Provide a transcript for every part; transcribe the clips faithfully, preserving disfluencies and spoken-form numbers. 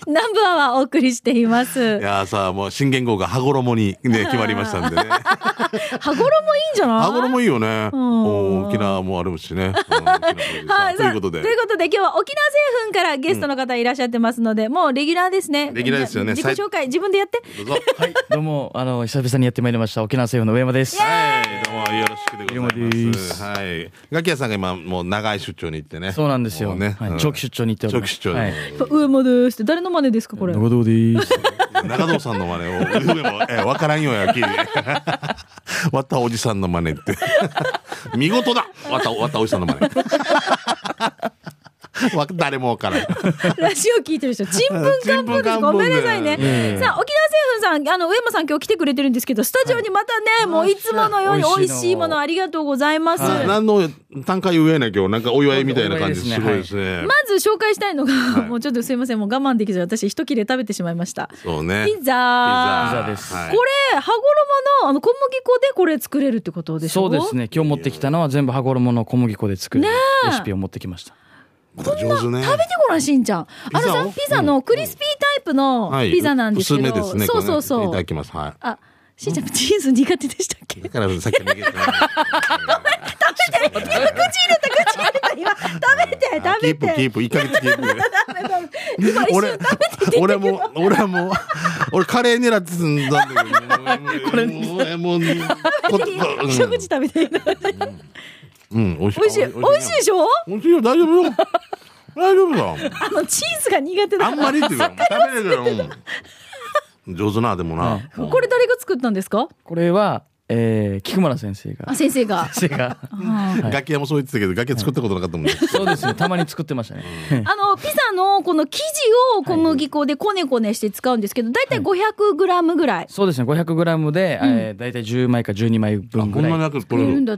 南部アワーお送りしています。 いやさ、もう新元号が羽衣に、ね、決まりましたんでね。 羽衣いいんじゃない？ 羽衣いいよね。 うん、 沖縄もあるしね。 はい、 ということで。 ということで今日は沖縄製粉からゲストの方いらっしゃってますので、うん、もうレギュラーですね。 レギュラーですよね。 自己紹介自分でやって。 どうぞ。はい、どうもあの久々にやってまいりました沖縄製粉の上山です。 はい、どうもよろしくでございます。 はい。ガキヤさんが今もう長い出張に行ってね。 そうなんですよ。ね、はい、長期出張に行っております。 長期出張。はい、 上山です。誰の真似ですかこれ？ 長堂です。 長堂さんの真似を上もえわからんよやき。わたおじさんの真似って見事だ。わたわたおじさんの真似。誰もわからない。 ラジオ聞いてる人ちんぷんかんぷんです。ごめんなさいね。さあ沖縄製粉さん、あの上山さん今日来てくれてるんですけど、スタジオにまたね、はい、もういつものように美味しいものありがとうございます。 何の単価言えない今日なんかお祝いみたいな感じですごいですね。 まず紹介したいのが、はい、もうちょっとすいません、もう我慢できず私一切れ食べてしまいました。 そうね。 ピザ。ピザです。 これ羽衣のあの小麦粉でこれ作れるってことでしょ？ そうですね。今日持ってきたのは全部羽衣の小麦粉で作るレシピを持ってきました。 こんな上手、ね、食べてごらんしんちゃん。あのさピザのクリスピータイプのピザなんですけど、 はい、薄めですね。 そうそうそう。 いただきます。はい。 あ、しんちゃんチーズ苦手でしたっけ？ だからさっき逃げて。食べて。 今口入れた口入れた今食べて食べて。 キープキープいっかげつキープ。 今一瞬食べてて。 俺も俺はもう俺カレー狙ってたんだけど。これもう一口食べて。 うん、美味しい。 美味しい。美味しいでしょ？ 美味しいよ、大丈夫よ。大丈夫だ。 あのチーズが苦手だ。 あんまりっていうか、食べれるよ。上手な、でもな。 これ誰が作ったんですか？ これは、えー、菊村先生が。 あ、先生が。 先生が。 楽器屋もそう言ってたけど、楽器屋作ったことなかったもんね。 そうですね。たまに作ってましたね。 あのピザのこの生地を小麦粉でこねこねして使うんですけど、だいたいごひゃくグラムぐらい。 そうですね。ごひゃくグラムで、えー、だいたいじゅうまいかじゅうにまいぶんぐらい。 作れるんだって。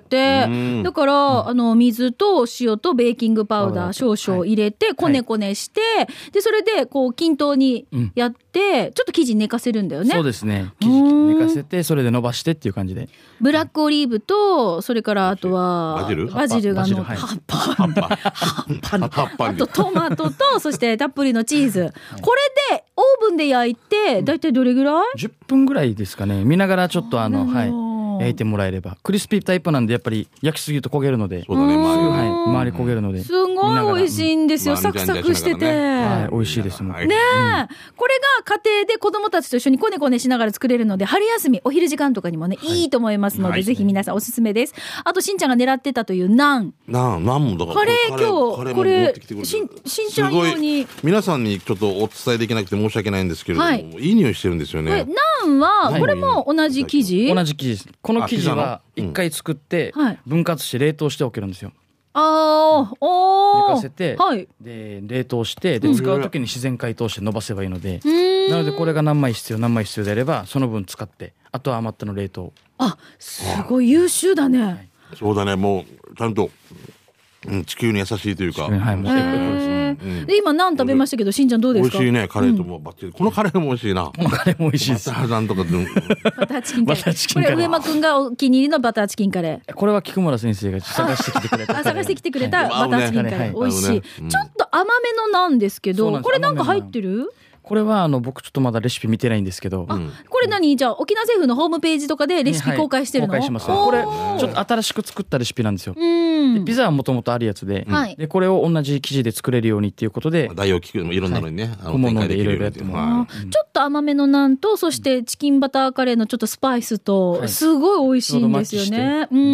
だからあの水と塩とベーキングパウダー少々入れてこねこねして、でそれでこう均等にやってちょっと生地寝かせるんだよね。 そうですね。生地寝かせてそれで伸ばしてっていう感じで。 ブラックオリーブとそれからあとはバジルバジルがの葉っぱ葉っぱあとトマトとそしてたっぷりのチーズ、これでオーブンで焼いてだいたいどれぐらい？ じゅっぷんぐらいですかね。見ながらちょっとあのはい焼いてもらえれば。クリスピータイプなんでやっぱり焼きすぎると焦げるので。 そうだね、周り、 はい、周り焦げるので。 すごい美味しいんですよ。サクサクしてて、 はい、美味しいですもん。 ねえ、うん、これが家庭で子供たちと一緒にコネコネしながら作れるので、春休みお昼時間とかにもね、はい、いいと思いますので、はい、ぜひ皆さんおすすめです。あとしんちゃんが狙ってたというナン。 ナン、ナンもだからカレー今日これしんしんちゃん用に皆さんにちょっとお伝えできなくて申し訳ないんですけれども、はい、いい匂いしてるんですよね。これナンはこれも同じ生地？ 同じ生地です。この生地は一回作って分割して冷凍しておけるんですよ。 ああ、お寝かせて、はい、で冷凍してで使う時に自然解凍して伸ばせばいいので、なのでこれが何枚必要何枚必要であればその分使ってあとは余ったの冷凍。 あ、すごい優秀だね。はい、 そうだね、もうちゃんと、うん、地球に優しいというか。はい、もううん、で今何食べましたけど、しんちゃんどうですか？ 美味しいね、カレーともバッチリ、うん、このカレーも美味しいな。 このカレーも美味しいです。 バターなんとかバターチキンカレー。これ上間くんがお気に入りのバターチキンカレー。 これは菊村先生が探してきてくれた。 あ、探してきてくれたバターチキンカレー、美味しい。ちょっと甘めのなんですけど、これなんか入ってる？ これはあの僕ちょっとまだレシピ見てないんですけど、 あ、これ何じゃあ沖縄政府のホームページとかでレシピ公開してるの？ はい、公開します。これちょっと新しく作ったレシピなんですよ。でピザはもともとあるやつで、はい、でこれを同じ生地で作れるようにっていうことで代用聞くのもいろんなのにね、 小物でいろいろやってもらう。 ちょっと甘めのなんとそしてチキンバターカレーのちょっとスパイスとすごい美味しいんですよね。うん。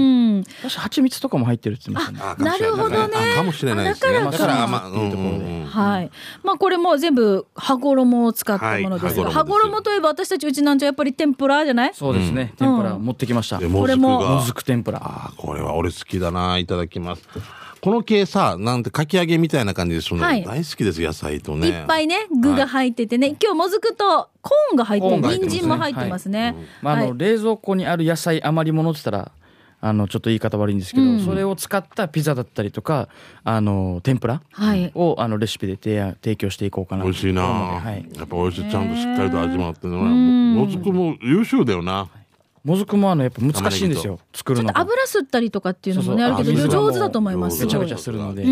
私蜂蜜とかも入ってるって言ってましたね。 なるほどね。 かもしれないですね。だから甘いっていうところで、 はい。まあこれも全部羽衣を使ったものですが、羽衣といえば私たちうちなんちゃやっぱり天ぷらじゃない？ そうですね。天ぷら持ってきました。 これももずく天ぷら。 あ、これは俺好きだな。いただきます。この系さ、なんてかき揚げみたいな感じでその、はい、大好きです。野菜とねいっぱいね具が入っててね、はい、今日もずくとコーンが入ってる、人参も入ってますね。 まああの冷蔵庫にある野菜余り物って言ったらあのちょっと言い方悪いんですけど、うん、それを使ったピザだったりとかあの天ぷらを、はい、あのレシピで提提供していこうかな。 美味しいな、はい、やっぱ美味しい、ちゃんとしっかりと味もあってね、もずくも優秀だよな。 もずくもあのやっぱ難しいんですよ作るのが。 油吸ったりとかっていうのもねあるけど上手だと思います。 めちゃめちゃするので、 うん、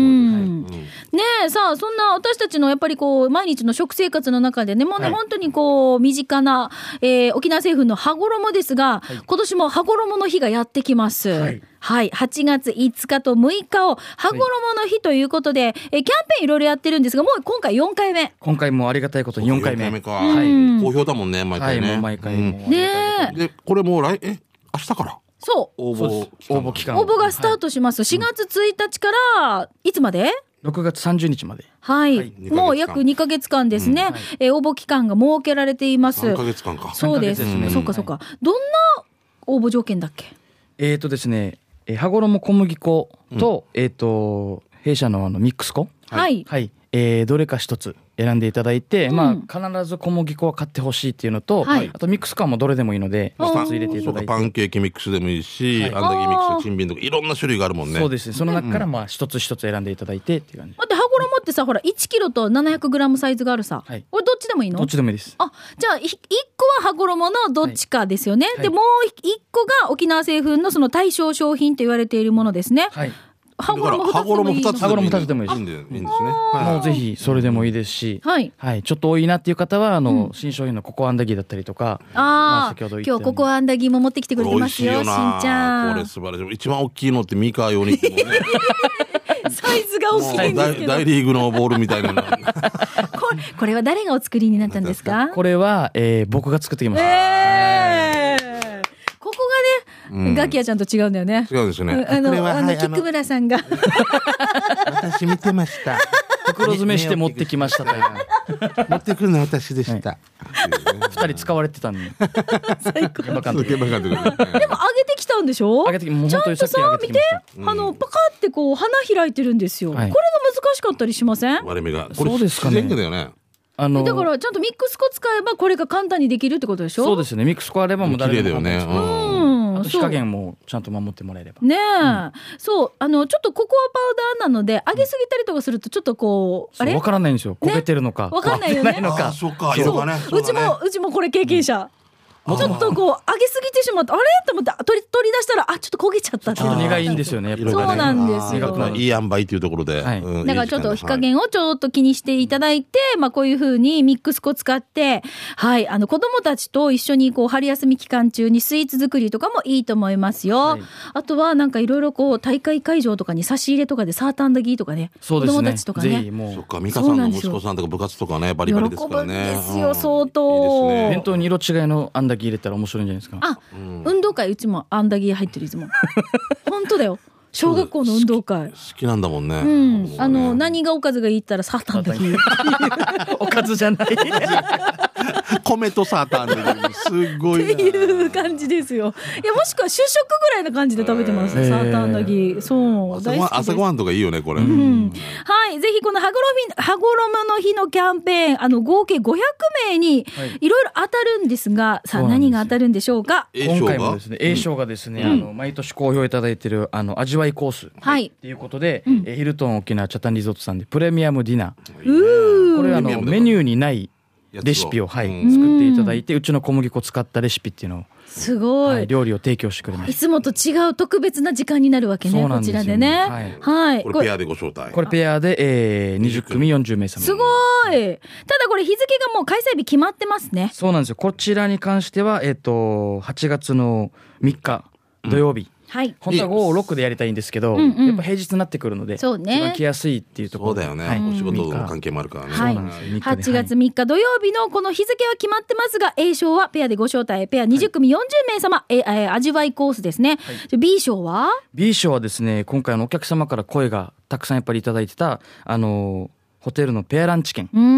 ねえさあそんな私たちのやっぱりこう毎日の食生活の中でねもうね、はい、本当にこう身近な、えー、沖縄製粉の羽衣ですが、はい、今年も羽衣の日がやってきます。はいはい、はちがついつかとむいかを羽衣の日ということで、はい、えキャンペーンいろいろやってるんですがもう今回よんかいめ。 今回もありがたいことによんかいめ。 よんかいめか、はい、好評だもんね毎回ね、 はい、もう毎回も、うん、 ねでこれもう来え明日からそう応募応募期間応募がスタートします、はい、しがつついたちからいつまでろくがつさんじゅうにちまで、 はい、はい、もう約にかげつかんですね、うんはい、え応募期間が設けられています。 さんかげつかんか。 そうです、ね、そうかそうか、はい、どんな応募条件だっけ。 えーとですね羽衣小麦粉と、うん、えーと弊社のあのミックス粉、 はい、 はいえー、どれか一つ選んでいただいて、うんまあ、必ず小麦粉は買ってほしいっていうのと、はい、あとミックス粉もどれでもいいので一つ入れていただいて、 パンケーキミックスでもいいし、はい、あんだけミックスチンビンとかいろんな種類があるもんね。 そうですねその中からまあ一つ一つ選んでいただいてっていう感じ。 待って羽衣ってさほらいちキロとななひゃくグラムサイズがあるさ、はい、これどっちでもいいの。 どっちでもいいです。 あじゃあいっこは羽衣のどっちかですよね、はい、でもういっこが沖縄製粉のその対象商品と言われているものですね。はい羽衣ふたつでもいいの。 羽衣ふたつでもいいです。 いいんですね。はい、 もうぜひそれでもいいですし、 はいはい、ちょっと多いなっていう方はあの、うん、新商品のココアンダギーだったりとか、 あ、まあ、先ほど言った今日ココアンダギーも持ってきてくれてますよ。しんちゃんこれ素晴らしい。一番大きいのってミカヨニックもねサイズが大きいんですけど大, 大リーグのボールみたいなこれこれは誰がお作りになったんですか。 これは、えー、僕が作ってきました。 えーここがね、うん、ガキヤちゃんと違うんだよね。 違うんですよね。 あの、あの、キック村さんが私見てました。 袋詰めして持ってきましたと持ってくるのは私でした。 二、はい、人使われてたんで。 最高。 でも上げてきたんでしょ。 上げてもうちゃんとさ見て、うん、あのパカってこう花開いてるんですよ。はい、これが難しかったりしません。 割れ目が。これそうですかね。 だよね。 あのだからちゃんとミックス粉使えばこれが簡単にできるってことでしょ。 そうですねミックス粉あればもう誰でも簡単です。 綺麗だよね。うんあと火加減もちゃんと守ってもらえればねえ、うん、そうあのちょっとココアパウダーなので揚げすぎたりとかするとちょっとこう、 うん、あれ分からないんですよ焦げてるのか、 ね、分かんないよね。 あそうか色がね。 うちもうちもこれ経験者、うんちょっとこう揚げすぎてしまってあれと思って取り取り出したらあちょっと焦げちゃったっていうの苦いんですよね。 そうなんですよ。 いい塩梅というところで、はいうん、だからちょっと火加減をちょっと気にしていただいて、はい、まあこういう風にミックス粉使ってはいあの子供たちと一緒にこう春休み期間中にスイーツ作りとかもいいと思いますよ。はい、あとはなんかいろいろこう大会会場とかに差し入れとかでサーターアンダギーとかねそうですね子供たちとかね。 ぜひもうそっか美香さんの息子さんとか部活とかねバリバリですからね。 喜ぶんですよ相当。 いいですね。 弁当に色違いのアンダギー入れたら面白いんじゃないですか。 あ、うん、運動会うちもアンダギー入ってるいつも本当だよ小学校の運動会好きなんだもんね。 うん、あの何がおかずがいいったらサーターアンダギーおかずじゃない米とサーターアンダギーすごいなっていう感じですよ。いやもしくは主食ぐらいな感じで食べてます、えー、サーターアンダギー。そう朝ごはん朝ごはんとかいいよねこれ、 うんうん、はいぜひこの羽衣羽衣の日のキャンペーンあの合計ごひゃくめいにいろいろ当たるんですが、はい、さあ何が当たるんでしょうか。 今回もですね A 賞がですね、うん、あの毎年好評いただいているあの味わいコースということで、はいうん、ヒルトン沖縄チャタンリゾートさんでプレミアムディナーこれあのメニューにないレシピを、はい、作っていただいてうちの小麦粉を使ったレシピっていうのをすごい、はい、 料理を提供してくれます。 いつもと違う特別な時間になるわけねこちらでね、はいはい、 これペアでご招待これペアで、えー、にじゅっくみよんじゅうめいさま。 すごい。ただこれ日付がもう開催日決まってますね。 そうなんですよ。こちらに関しては、えー、とはちがつのみっか土曜日、うんはい、本当はご、ろくでやりたいんですけど、うんうん、やっぱ平日になってくるのでそう、ね、一番来やすいっていうところ。 そうだよね、はい、お仕事の関係もあるからね、 はい、はちがつみっか土曜日のこの日付は決まってますが A 賞はペアでご招待ペアにじゅっくみよんじゅうめいさま、はい、えー、味わいコースですね、はい、B 賞は B 賞はですね今回のお客様から声がたくさんやっぱりいただいてたあのホテルのペアランチ券、うん、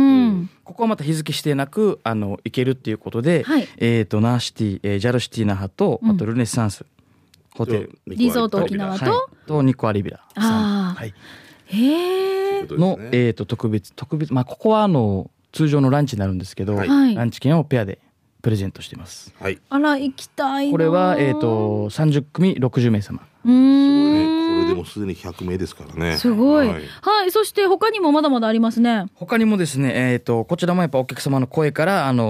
ここはまた日付指定なくあの行けるっていうことで、はい、えー、とナーシティ、えー、ジャルシティ那覇とあとルネッサンス、うんホテルリゾート沖縄と、はい、 とニコアリビラさん、はい、へーの、えー、と特別特別まあここはあの通常のランチになるんですけど、はい、ランチ券をペアでプレゼントしています、 はい、あら行きたいな。 これは、えー、とさんじゅっくみろくじゅうめいさま。 うーんこれでもすでにひゃくめいですからね。 すごい、はいはい、そして他にもまだまだありますね。 他にもですね、えー、とこちらもやっぱお客様の声からあの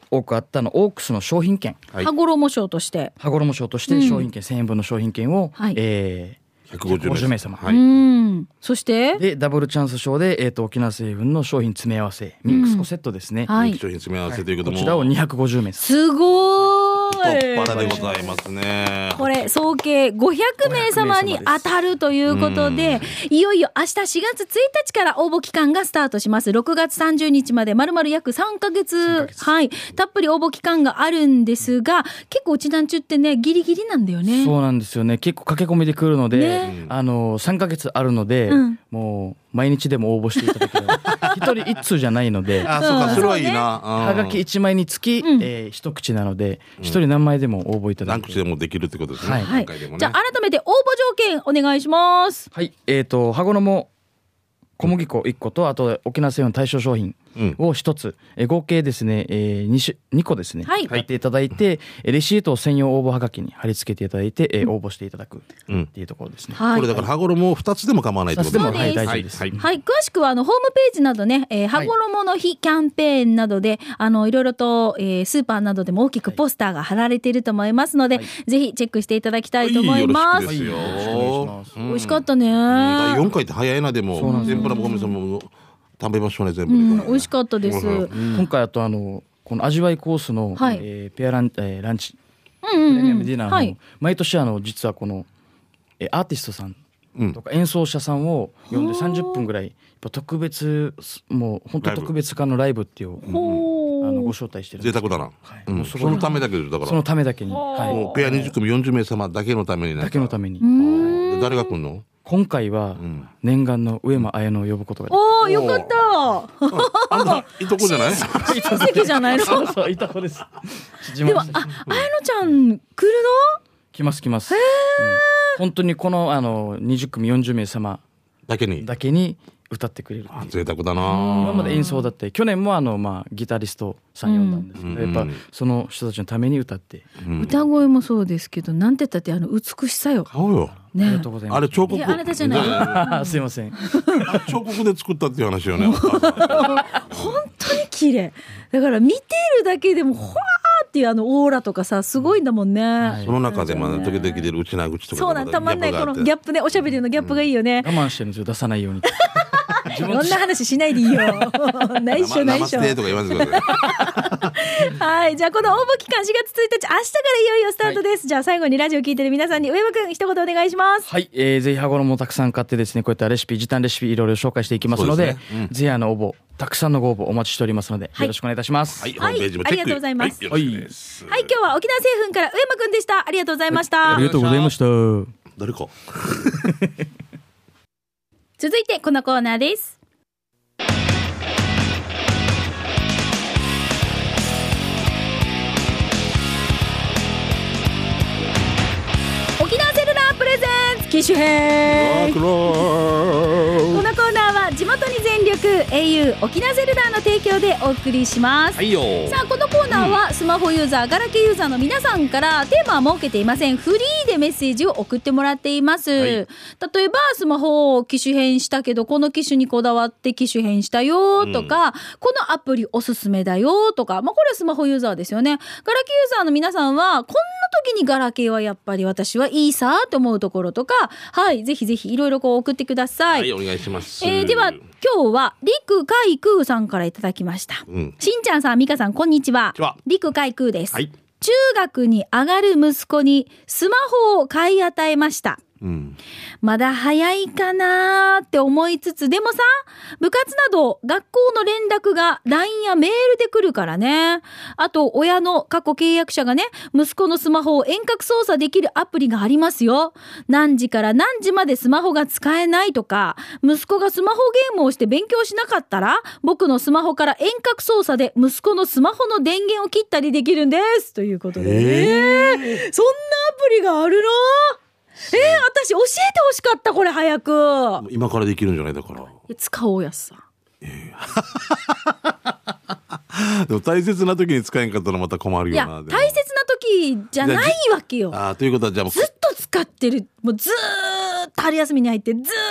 多くあったのオークスの商品券、 はい、羽衣賞として羽衣賞として商品券、うん、せんえんぶんの商品券を、はい、えー、 ひゃくごじゅうめいさま、 はい、うんそしてでダブルチャンス賞で、えー、と沖縄製粉の商品詰め合わせミックスコセットですね、 うんはい、 商品詰め合わせということも、 こちらをにひゃくごじゅうめいすごーい太っ腹でございますね。 これ総計ごひゃくめいさまに当たるということで、いよいよ明日しがつついたちから応募期間がスタートします。ろくがつさんじゅうにちまで丸々約さんかげつ、はい、たっぷり応募期間があるんですが、結構うちなんちゅってねギリギリなんだよね。 そうなんですよね。結構駆け込みで来るので、ね、あのさんかげつあるので、うん、もう毎日でも応募していただければ一人一通じゃないので、 あ、そうか、それはいいな。 はがきいちまいにつき、うんえー、一口なので一、うん、人何枚でも応募いただけ何口でもできるってことですね、 はいはい、じゃあ改めて応募条件お願いします。 はい、えーと羽衣小麦粉いっこと、あと沖縄製粉対象商品をひとつ、うん、え合計ですね、えー、2, 種にこですね、はい、買っていただいて、レシートを専用応募はがきに貼り付けていただいて、えー、応募していただくっていうところですね、 うんはい、これだから羽衣ふたつでも構わないってことですね。 はい、大丈夫です、 はいはい、詳しくはあのホームページなどね、えー、羽衣の日キャンペーンなどで、はい、あのいろいろと、えー、スーパーなどでも大きくポスターが貼られていると思いますので、はい、ぜひチェックしていただきたいと思います。 はい、よろしくですよ、 美味しかったね、うん、 だいよんかいって早いな。でも天ぷらもごめんなさいも食べましょうね全部、うん、 美味しかったです、うん、 今回あとあのこの味わいコースの、はいえー、ペアラン、えー、ランチ、 うんうんうん、 プレミアムディナーの、はい、毎年あの実はこの、えー、アーティストさんとか演奏者さんを呼んでさんじゅっぷんぐらいやっぱ特別もう本当特別化のライブっていう、うん、あのご招待してるんです。 贅沢だな、はいうん、そのためだけでだからそのためだけに、はい、 もうペアにじゅっくみよんじゅうめいさまだけのためにだけのためにで誰が来るの？ 今回は念願の上間綾乃を呼ぶことができた。おーよかった。 あんたいとこじゃない？ 親戚じゃないの？ そうそういとこです。 でもあ綾乃ちゃん来るの？ 来ます来ます。へー、うん、本当にこのあのにじゅっくみよんじゅうめいさまだけにだけに歌ってくれる。 贅沢だな。 今まで演奏だって去年もあの、まあ、ギタリストさん呼んだんですけど、うん、やっぱその人たちのために歌って、 うん、歌声もそうですけどなんて言ったってあの美しさよ。 顔よ、 ね、 ありがとうございます。 あれ彫刻、 あなたじゃないすいません彫刻で作ったっていう話よね本当に綺麗だから見てるだけでもほわーっていうあのオーラとかさすごいんだもんね、はい、 その中でまだ時々出る内な口とかそうなんたまんないこのギャップねおしゃべりのギャップがいいよね、 うん、我慢してるんですよ出さないようにいろんな話しないでいいよ内緒内緒とか言わずくださいはいじゃあこの応募期間しがつついたち明日からいよいよスタートです、はい、じゃあ最後にラジオ聞いてる皆さんに上間くん一言お願いします。 はい、えー、ぜひ羽衣もたくさん買ってですねこういったレシピ時短レシピいろいろ紹介していきますの で, で、ねうん、ぜひあの応募たくさんのご応募お待ちしておりますので、はい、よろしくお願いいたします。 はい、ホームページもチェック、 はい、ありがとうございます。 はい、 はい、はい、今日は沖縄製粉から上間くんでした。ありがとうございました。 はい、ありがとうございました。 誰か続いてこのコーナーです。沖縄セルラープレゼンツ機種編。このコーナーは地元に全力 エーユー 沖縄セルラーの提供でお送りします。 はいよ。 さあこのコーナーはスマホユーザー、うん、ガラケーユーザーの皆さんからテーマは設けていません。フリーでメッセージを送ってもらっています、はい、例えばスマホを機種変したけどこの機種にこだわって機種変したよとか、うん、このアプリおすすめだよとか、まあ、これはスマホユーザーですよね。ガラケーユーザーの皆さんはこんな時にガラケーはやっぱり私はいいさと思うところとか、はいぜひぜひいろいろこう送ってください。 はいお願いします。 えー、では今日はりくかいくうさんからいただきました、うん、しんちゃんさんみかさんこんにちは。りくかいくうです、はい、中学に上がる息子にスマホを買い与えました。うん、まだ早いかなーって思いつつでもさ部活など学校の連絡が ライン やメールで来るからね。あと親の過去契約者がね息子のスマホを遠隔操作できるアプリがありますよ。何時から何時までスマホが使えないとか息子がスマホゲームをして勉強しなかったら僕のスマホから遠隔操作で息子のスマホの電源を切ったりできるんですということで、えー、そんなアプリがあるの？えー、私教えてほしかったこれ早く。 今からできるんじゃないだから。 使おうやすさ。 えー、でも大切な時に使えんかったらまた困るよな。 いや大切な時じゃないわけよ。 あということはじゃあもうずっと使ってるもうずーっと春休みに入ってずーっ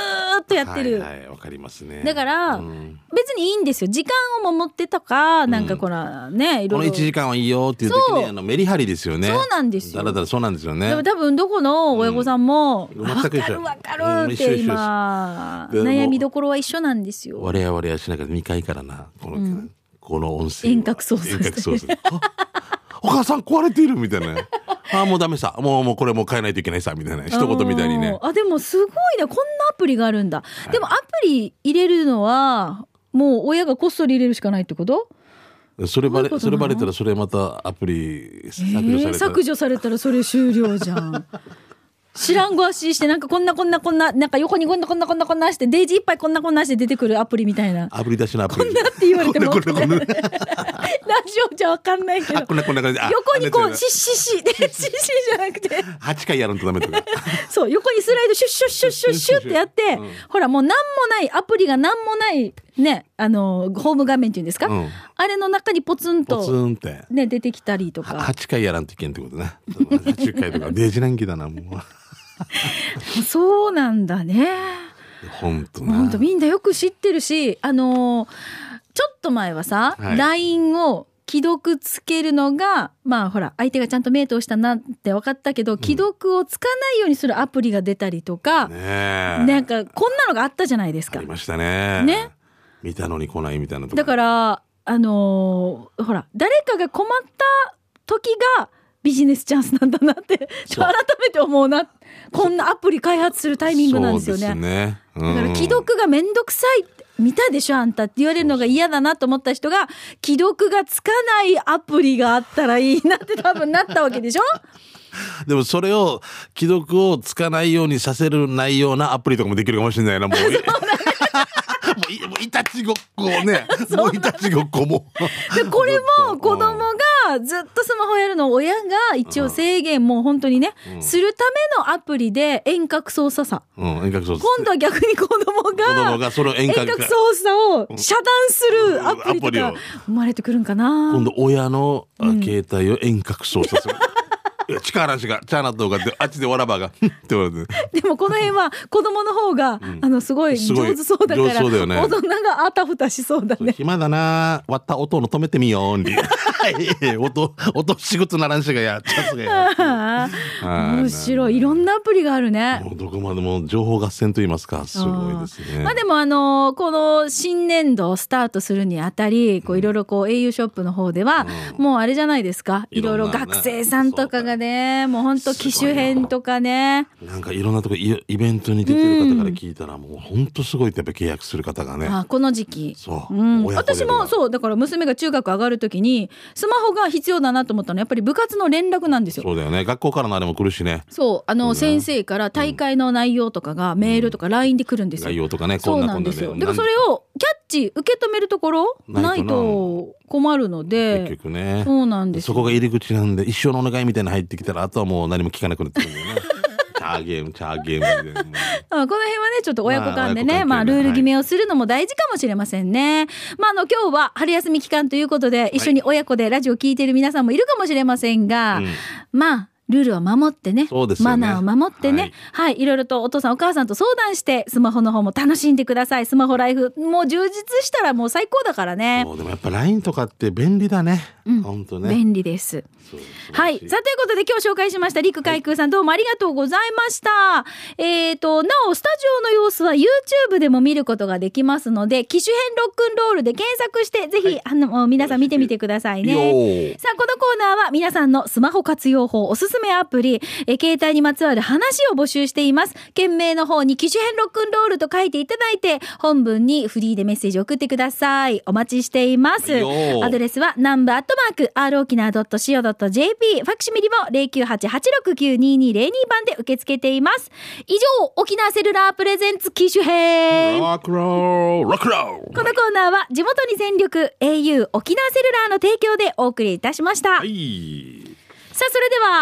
とやってる。 はいはい、わかりますね。 だから、うん、別にいいんですよ。時間を守ってとか、なんかこのね、いろいろ。 このいちじかんはいいよっていう時に、あのメリハリですよね。 そうなんですよ。 だらだらそうなんですよね。 でも多分どこの親御さんも、 うん、 分かる分かるって今、うん、悩みどころは一緒なんですよ。 我々はしながらにかいからな、この、うん、この音声。 遠隔操作。 遠隔操作。お母さん壊れているみたいな。ああ、もうダメさ。もう、もうこれもう変えないといけないさ。みたいな。一言みたいにね。 あ、でもすごいね。こんなアプリがあるんだ。はい、でもアプリ入れるのは、もう親がこっそり入れるしかないってこと？ それバレ、それバレたらそれまたアプリ削除されたら、えー、 削除されたらそれ終了じゃん。知らんご足してなんかこんなこんなこんななんか横にこんなこんなこんなこんなしてデージいっぱいこんなこんなして出てくるアプリみたいな。 アプリ出しのアプリ。 こんなって言われてもこんなこんなラジオじゃわかんないけど。 こんなこんな感じ。 横にこうシッシッシでシッシッシじゃなくて。 はちかいやらんとダメとか。 そう横にスライドシュッシュッシュッシュッシュッってやって、うん、ほらもうなんもないアプリがなんもないねあのホーム画面っていうんですか、うん、あれの中にポツンとポツンってね出てきたりとか。 はちかいやらんといけんってことね。はちかいとかデージ難儀だなもう。 そうなんだね。 本当本当みんなよく知ってるし、あのー、ちょっと前はさ、はい、ライン を既読つけるのがまあほら相手がちゃんと目通したなって分かったけど、うん、既読をつかないようにするアプリが出たりとか、ね、なんかこんなのがあったじゃないですか。 ありましたね。ね、見たのに来ないみたいなとこ。 だからあのー、ほら誰かが困った時がビジネスチャンスなんだなって改めて思うな。こんなアプリ開発するタイミングなんですよね。 そうですね、うん、 だから既読がめんどくさいって見たでしょあんたって言われるのが嫌だなと思った人が既読がつかないアプリがあったらいいなって多分なったわけでしょ。 でもそれを既読をつかないようにさせるないようなアプリとかもできるかもしれないなもう。もういたちごっこをねもういたちごっこもでこれも子供がずっとスマホやるのを親が一応制限もう本当にね、うん、するためのアプリで遠隔操作さ、 うん、遠隔操作今度は逆に子供が子供がその遠隔操作を遮断するアプリとか生まれてくるんかな。 今度親の携帯を遠隔操作する、うん力話がチャーナットがってあっちでわらばがって言われて。でもこの辺は子供の方が、うん、あのすごい上手そうだから、ね、大人があたふたしそうだね。暇だな割った音の止めてみように音音仕事ならんしがやチャンスがや面白いいろんなアプリがあるね。 もうどこまでも情報合戦と言いますかすごいですね。 まあでもあのこの新年度スタートするにあたりこういろいろこう au ショップの方では、うん、もうあれじゃないですかいろいろ学生さんとかがねもう本当機種編とかねなんかいろんなとこイベントに出てる方から聞いたら、うん、もう本当すごいってやっぱ契約する方がねあこの時期そう、 うん、私もそうだから娘が中学上がるときにスマホが必要だなと思ったのはやっぱり部活の連絡なんですよ。 そうだよね学校からのあれも来るしね。 そうあの先生から大会の内容とかがメールとか ライン で来るんですよ、 うん、概要とかねそうなんですよ。だからそれをキャッチ受け止めるところないと困るので結局ねそうなんですそこが入り口なんで一生のお願いみたいな入ってきたらあとはもう何も聞かなくなってくるんだよねチャーゲームチャーゲームみたいなこの辺はねちょっと親子間でね、まあ、まあルール決めをするのも大事かもしれませんね、はい、まああの今日は春休み期間ということで一緒に親子でラジオ聞いている皆さんもいるかもしれませんが、はい、まあルールを守ってね、 そうですよね、 マナーを守ってね、はい、はい、いろいろとお父さんお母さんと相談してスマホの方も楽しんでください。スマホライフもう充実したらもう最高だからね。 もうでもやっぱ ライン とかって便利だね、うん、本当ね便利です。はい、さあということで今日紹介しました陸海空さん、はい、どうもありがとうございました。えーとなおスタジオの様子は YouTube でも見ることができますので機種編ロックンロールで検索してぜひ、はい、あの皆さん見てみてくださいね。さあこのコーナーは皆さんのスマホ活用法おすすめアプリえ携帯にまつわる話を募集しています。件名の方に機種編ロックンロールと書いていただいて本文にフリーでメッセージを送ってください。お待ちしています。アドレスは南部アットマーク アール 沖縄 ドット シーオー ドット ジェーピー ファクシミリも ゼロきゅうはち はちろくきゅう ににゼロに 番で受け付けています。以上沖縄セルラープレゼンツ機種編ロックローロックローこのコーナーは地元に全力 au 沖縄セルラーの提供でお送りいたしました、 はい、 さあそれでは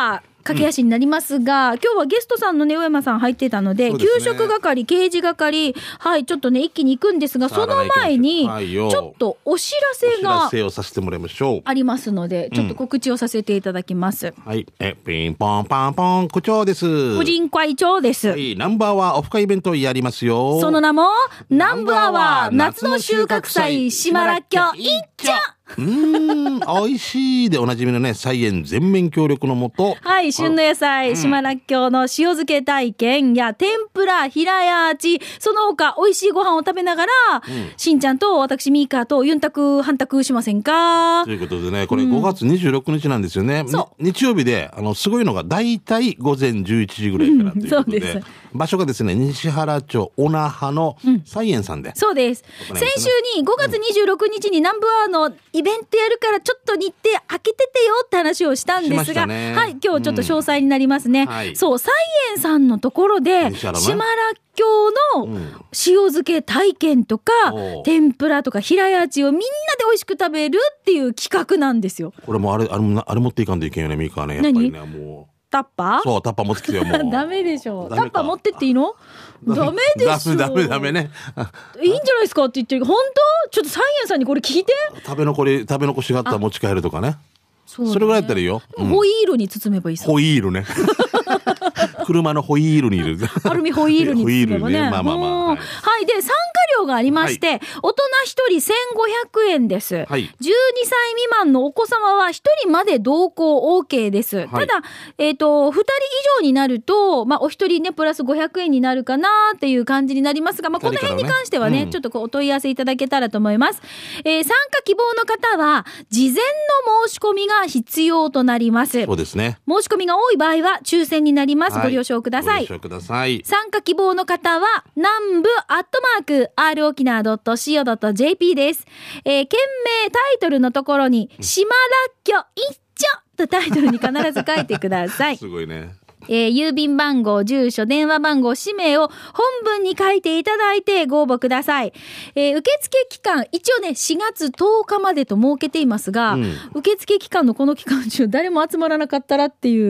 駆け足になりますが、うん、今日はゲストさんのね、上山さん入ってたので、でね、給食係、刑事係、はい、ちょっとね、一気に行くんですが、その前に、ちょっとお知らせが、お知らせをさせてもらいましょう。ありますので、ちょっと告知をさせていただきます。うん、 はい。え、ピンポンパンポン、区長です。 個人会長です。 はい。ナンバーワーオフ会イベントやりますよ。 その名も、ナンバーワー夏の収穫祭、島らっきょいっちゃうーん、美味しいでおなじみのね、菜園全面協力のもと、 はい、旬の野菜、うん、島らっきょうの塩漬け体験や天ぷら、平屋地、その他美味しいご飯を食べながら、うん、しんちゃんと私ミーカーとユンタク半卓しませんかということでね、これごがつにじゅうろくにちなんですよね、うん、日曜日で、あのすごいのがだいたいごぜんじゅういちじぐらいからということで、うん、そうです。場所がですね、西原町小那覇の菜園さんで、うん、 そうです。先週にごがつにじゅうろくにちに南部アのイベントやるからちょっと日程空けててよって話をしたんですが、ね、はい、今日ちょっと詳細になりますね、うん、はい、そう、菜園さんのところで島らっきょうの塩漬け体験とか、うん、天ぷらとか平屋地をみんなで美味しく食べるっていう企画なんですよ。 これもあれ、あれもあれ持っていかんといけんよね、ミカね、やっぱりね、もうタッパー、 そう、タッパー持ってきてよ、もうダメでしょ、タッパー持ってっていいの？ダメでしょ、 ダメダメねいいんじゃないですかって言ってる。本当？ちょっと菜園さんにこれ聞いて。 食べ残り食べ残しがあったら持ち帰るとかね、そ, ねそれぐらいだったらいいよ、 うん、ホイールに包めばいいさ。 ホイールね車のホイールにいるアルミホイールに包めばね、 まあまあまあ、はい、 はい、で参加料がありまして、はい、大人ひとりせんごひゃくえんです、はい、じゅうにさい未満のお子様はひとりまで同行 OK です、はい、ただ、えーと、ふたり以上になると、まあ、お一人ねプラスごひゃくえんになるかなっていう感じになりますが、まあ、この辺に関してはね、うん、ちょっとこうお問い合わせいただけたらと思います、えー、参加希望の方は事前の申し込みが必要となります。 そうですね、 申し込みが多い場合は抽選になります、はい、ご了承ください。 ご了承ください。 参加希望の方は南部アットマーク アール 沖縄 ドット シーオー ドット ジェーピー です、えー、件名タイトルのところに島らっきょいっちょとタイトルに必ず書いてくださいすごいね。 えー、郵便番号、住所、電話番号、氏名を本文に書いていただいてご応募ください。えー、受付期間、一応ね、しがつとおかまでと設けていますが、うん、受付期間のこの期間中、誰も集まらなかったらっていう。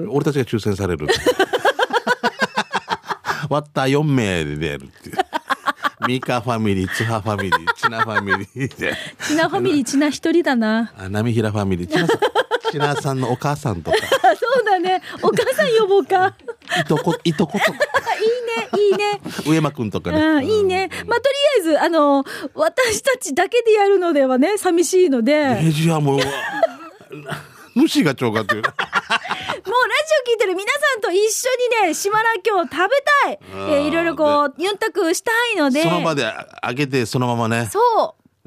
俺たちが抽選される。割ったよんめいで出るっていう。ミカファミリー、ツハファミリー、チナファミリーで。 チナファミリー、チナ一人だな。 あ、ナミヒラファミリー、チナさん。チナさんのお母さんとか。 そうだね。お母さん呼ぼうか。 いとこ、いとことか。 いいね、いいね。 上間くんとかね。 うん、いいね。まあ、とりあえず、あの、私たちだけでやるのではね、寂しいので。 レジはもう、虫が超過っていう。もうラジオ聞いてる皆さんと一緒にね、島らっきょう食べたい。えー、いろいろこう、ユンタクしたいので。 その場であげて、そのままね。 そう。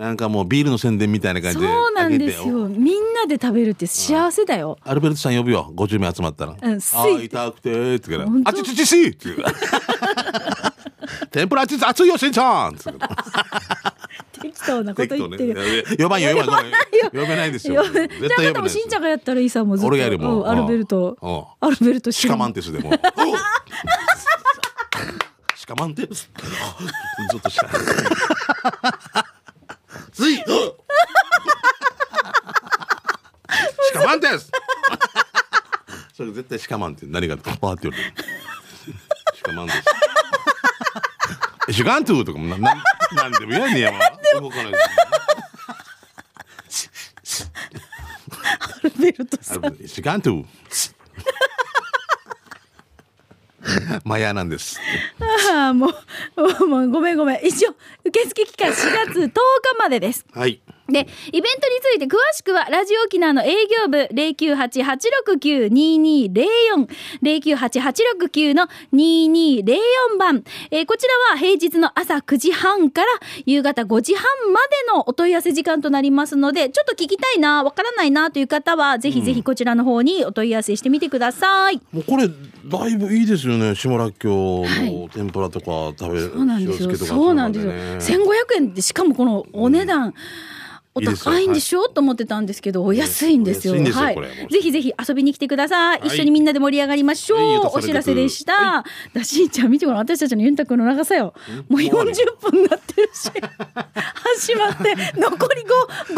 なんかもうビールの宣伝みたいな感じで。 そうなんですよ。みんなで食べるって幸せだよ。 アルベルトさん呼ぶよ。ごじゅうめい集まったら。 うん、 あ、痛くてーってから。あちちちしっていう。天ぷら熱い熱いよ、しんちゃん適当なこと言ってる。 呼ばんよ、呼ばんよ。呼べないですよ。絶対呼べない。 でもしんちゃんがやったらいいさ、もうずっと。 俺がやるもん。 アルベルト。アルベルトシカマンテスでも。シカマンテス。ずっとシカ。つい。シカマンテス。それ絶対シカマンって何がパーって言われる。シカマンテス。シガントゥーとかもな、な、なんでもやんねえやわ。動かない。 アルベルトさん。 シガントゥー。マヤなんです。 ああ、もう、もうごめんごめん。一応受付期間しがつとおかまでです。 はい。 で、イベントについて詳しくはラジオ沖縄の営業部 ゼロきゅうはち はちろくきゅう ににゼロよん ゼロきゅうはち はちろくきゅう のににゼロよんばん、えー、こちらは平日の朝くじはんから夕方ごじはんまでのお問い合わせ時間となりますので、ちょっと聞きたいな、わからないなという方はぜひぜひこちらの方にお問い合わせしてみてください。 うん、もうこれだいぶいいですよね。島らっきょうの天ぷらとか食べる、 そうなんですよ。そうなんですよ。せんごひゃくえんでしかもこのお値段、うん、お高いんでしょ、はい、と思ってたんですけど、お安いんですよ。 ですよ、 はい、ぜひぜひ遊びに来てください。はい、一緒にみんなで盛り上がりましょう。はい、お知らせでした。はい、だしんちゃん見てごらん、私たちのユンタクの長さよ。もうよんじゅっぷんになってるし、始まって残り ご, ごふん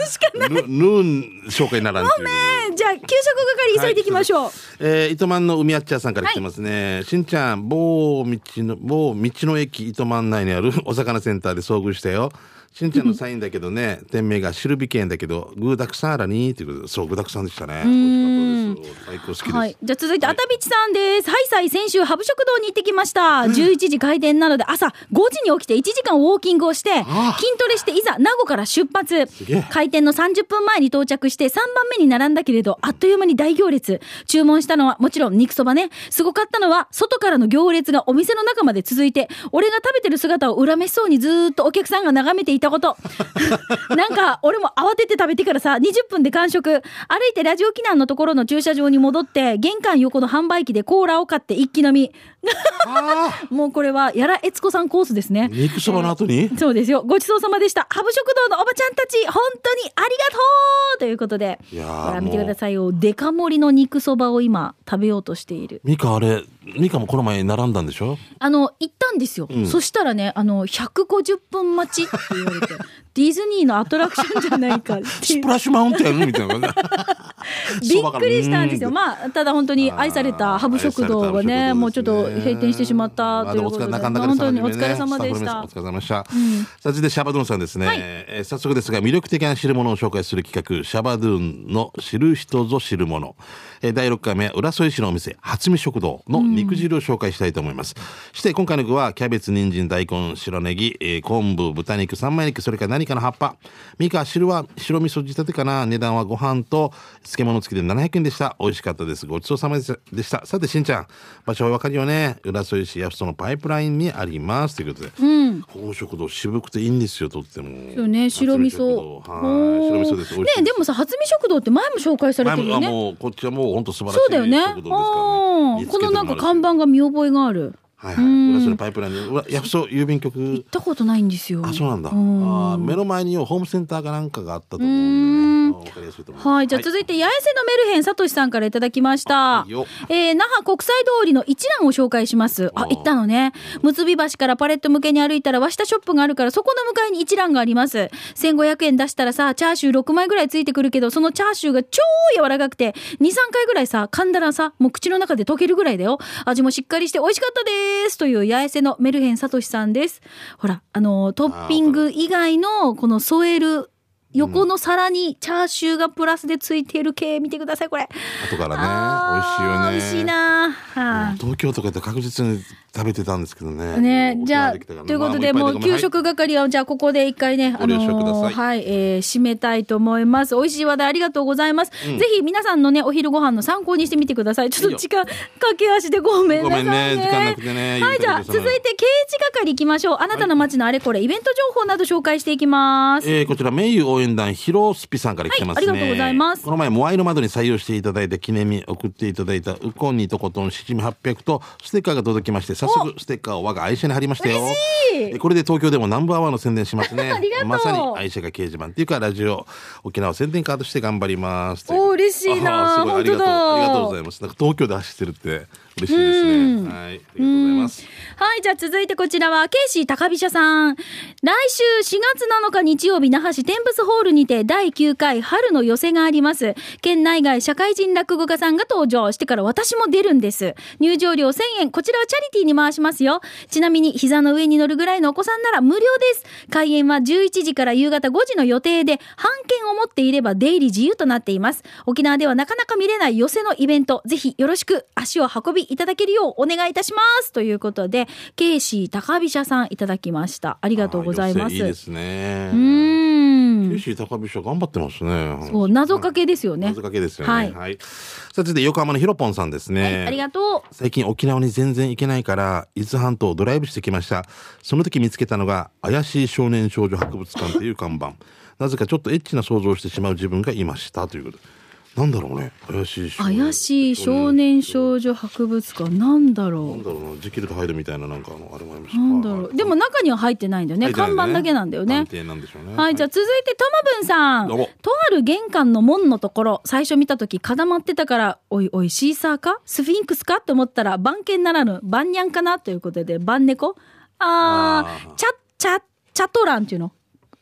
しかない。 ヌーン紹介ならんっていう。 ごめん。じゃあ給食係急いでいきましょう。はい、 えー、糸満の海あっちゃさんから来てますね、はい、しんちゃん、某道の某道の駅糸満内にあるお魚センターで遭遇したよ。しんちゃんのサインだけどね店名がシルビケンだけどグーダクサンあらにっていうことで、そうグーダクサンでしたね。美味しかったです。最高好きです。はい、 じゃあ続いてあたびちさんです。はい、さい先週ハブ食堂に行ってきました、うん、じゅういちじ開店なので朝ごじに起きていちじかんウォーキングをして筋トレしていざ名護から出発。開店のさんじゅっぷんまえに到着してさんばんめに並んだけれどあっという間に大行列。注文したのはもちろん肉そばね。すごかったのは外からの行列がお店の中まで続いて俺が食べてる姿を恨めしそうにずっとお客さんが眺めていたことなんか俺も慌てて食べてからさにじゅっぷんで完食。歩いてラジオ機能のところの駐車場に戻って玄関横の販売機でコーラを買って一気飲みもうこれはやらえつこさんコースですね。 肉そばの後に、えー、そうですよ。ごちそうさまでした。ハブ食堂のおばちゃんたち本当にありがとうということで、いやほら見てくださいよ。デカ盛りの肉そばを今食べようとしている。 ミカあれミカもこの前並んだんでしょ。 あの行ったんですよ、うん、そしたらねあのひゃくごじゅっぷん待ちって言われてディズニーのアトラクションじゃないかってスプラッシュマウンテンみたいなびっくりしたんですよ。まあただ本当に愛されたハブ食堂が ね, ねもうちょっと閉店してしまったということで、まあ、本当にお疲れ様でした。 お疲れ様でした。さあ続いてシャバドゥンさんですね、はい、えー、早速ですが魅力的な知るものを紹介する企画シャバドゥンの知る人ぞ知るもの、えー、だいろっかいめ浦添市のお店初見食堂の肉汁を紹介したいと思います、うん、して今回の具はキャベツ、人参、大根、白ネギ、えー、昆布、豚肉、三枚肉、それから何かの葉っぱ。ミカ汁は白味噌仕立てかな。値段はご飯と漬物付きでななひゃくえんでした。美味しかったです。ごちそうさまでした。さてしんちゃん、場所はわかるよね。浦添市八のパイプラインにありますということで、うん、この食堂渋くていいんですよ。とってもそうね、白味噌。 はい、白味噌です。美味しいです。 ね、でもさ初見食堂って前も紹介されてるよね。 もうこっちはもう本当素晴らしい食堂ですからね。そうだよね。 このなんか看板が見覚えがある。 はいはい、浦添のパイプラインにヤフソ郵便局行ったことないんですよ。 あ、そうなんだ。あ、目の前にホームセンターかなんかがあったと思うんで、ね、分かりやすいと思います。 はい、じゃあ続いて八重瀬のメルヘンさとしさんからいただきました。えー、那覇国際通りの一覧を紹介します。あ、行ったのね。むつび橋からパレット向けに歩いたら和下ショップがあるからそこの向かいに一覧があります。せんごひゃくえん出したらさチャーシューろくまいぐらいついてくるけどそのチャーシューが超柔らかくて に,さん 回ぐらいさ噛んだらさもう口の中で溶けるぐらいだよ。味もしっかりして美味しかったですという八重瀬のメルヘンさとしさんです。ほらあのトッピング以外のこの添える横の皿にチャーシューがプラスでついている系見てくださいこれ。 後からね美味しいよね。 美味しいな、はあ、 東京とかで確実に食べてたんですけどね。 ね、じゃあということで、まあ、もう給食係はじゃあここで一回ね、あのー、はい、えー、締めたいと思います。美味しい話題ありがとうございます、うん、ぜひ皆さんのねお昼ご飯の参考にしてみてください。ちょっと時間駆け足でごめんなさいね。ごめんね、時間なくてね。はい、じゃあ続いて刑事係いきましょう。あなたの街のあれこれ、はい、イベント情報など紹介していきます。 えー、こちら名誉応援団ヒロスピさんから来てますね、 はい、ありがとうございます。 この前モアイの窓に採用していただいた記念に送っていただいたウコンにとことん七味はっぴゃくとステッカーが届きまして、早速ステッカーを我が愛車に貼りましたよ。これで東京でもナンバーワンの宣伝しますねありがとう。 まさに愛車が掲示板っていうかラジオ沖縄宣伝カーとして頑張ります。 お嬉しいな。 すごいありがとうありがとうございます。なんか東京で走ってるって嬉しいですね。はい、ありがとうございます。 はい、じゃあ続いてこちらはケイシー高飛車さん。来週しがつなのか日曜日那覇市テンプスホールにてだいきゅうかい春の寄せがあります。県内外社会人落語家さんが登場してから私も出るんです。入場料せんえん、こちらはチャリティーに回しますよ。ちなみに膝の上に乗るぐらいのお子さんなら無料です。開演はじゅういちじから夕方ごじの予定で半券を持っていれば出入り自由となっています。沖縄ではなかなか見れない寄せのイベント、ぜひよろしく足を運びいただけるようお願いいたしますということでケイシー高飛車さんいただきました。ありがとうございます。 いいですね。 うーん、 ケイシー高飛車頑張ってますね。 そう謎かけですよね。 謎かけですよね。 はい、 はい、さあ続いて横浜のひろぽんさんですね、はい、 ありがとう。 最近沖縄に全然行けないから伊豆半島をドライブしてきました。その時見つけたのが怪しい少年少女博物館という看板なぜかちょっとエッチな想像をしてしまう自分がいましたということで、なんだろうね。怪しい少年怪しい少年少女博物館なんだろう。 なんだろうな。ジキルと入るみたいななんかあのあれもありました。 なんだろう。でも中には入ってないんだよね。ね、看板だけなんだよね。 なんでしょうね。 はい、じゃあ続いてともぶんさん。とある玄関の門のところ、最初見た時固まってたからおいおいシーサーかスフィンクスかと思ったら番犬ならぬ番ニャンかなということで番猫。あーチャチャチャトランっていうの。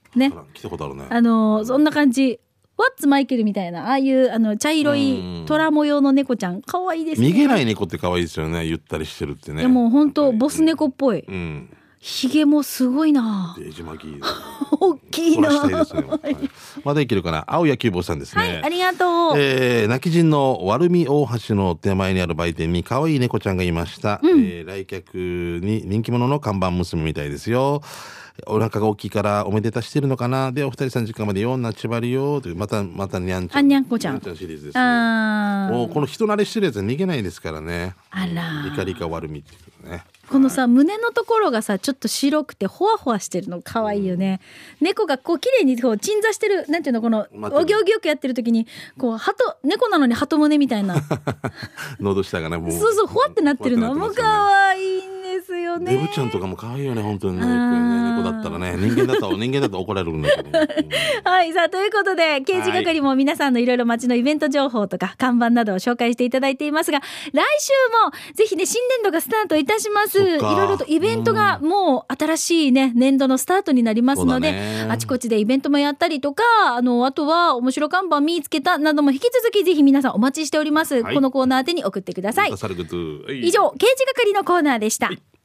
ね。 来たことあるね。 あのー、そんな感じ。ワッツマイケルみたいな、ああいうあの茶色い虎模様の猫ちゃん、可愛いですね。 逃げない猫って可愛いですよね。ゆったりしてるってね。 でも本当ボス猫っぽい。 うん。 ひげもすごいな。 デジマギ大きいな。 いですね、はい、まだいけるかな。青野球坊さんですね。 はい、ありがとう。 えー、泣き人の悪見大橋の手前にある売店に可愛い猫ちゃんがいました。うん、えー、来客に人気者の看板娘みたいですよ。お腹が大きいからおめでたしてるのかな。でお二人さん時間までよんなちばりよというまたまたにゃんちゃんあにゃんこちゃんにゃんちゃんシリーズですね。あもうこの人慣れしてるやつは逃げないですからね。 あらリカリカ悪みっていうね。 このさ胸のところがさちょっと白くてほわほわしてるの可愛いよね、うん、猫がこう綺麗にこう鎮座してるなんていうのこのお行儀よくやってる時にこう鳩猫なのに鳩胸みたいな喉下がねもうそうそうほわってなってるの、ね、もう可愛いんですよね。 デブちゃんとかも可愛いよね本当にね。猫だったらね人間だったら人間だと怒られるんだけど、ね、 はいさあということで刑事係も皆さんのいろいろ街のイベント情報とか看板などを紹介していただいていますが来週もぜひね新年度がスタートいたします。いろいろとイベントがもう新しいね年度のスタートになりますので、ね、あちこちでイベントもやったりとかあのあとは面白看板見つけたなども引き続きぜひ皆さんお待ちしております、はい、このコーナー宛てに送ってください。以上刑事係のコーナーでした。はい。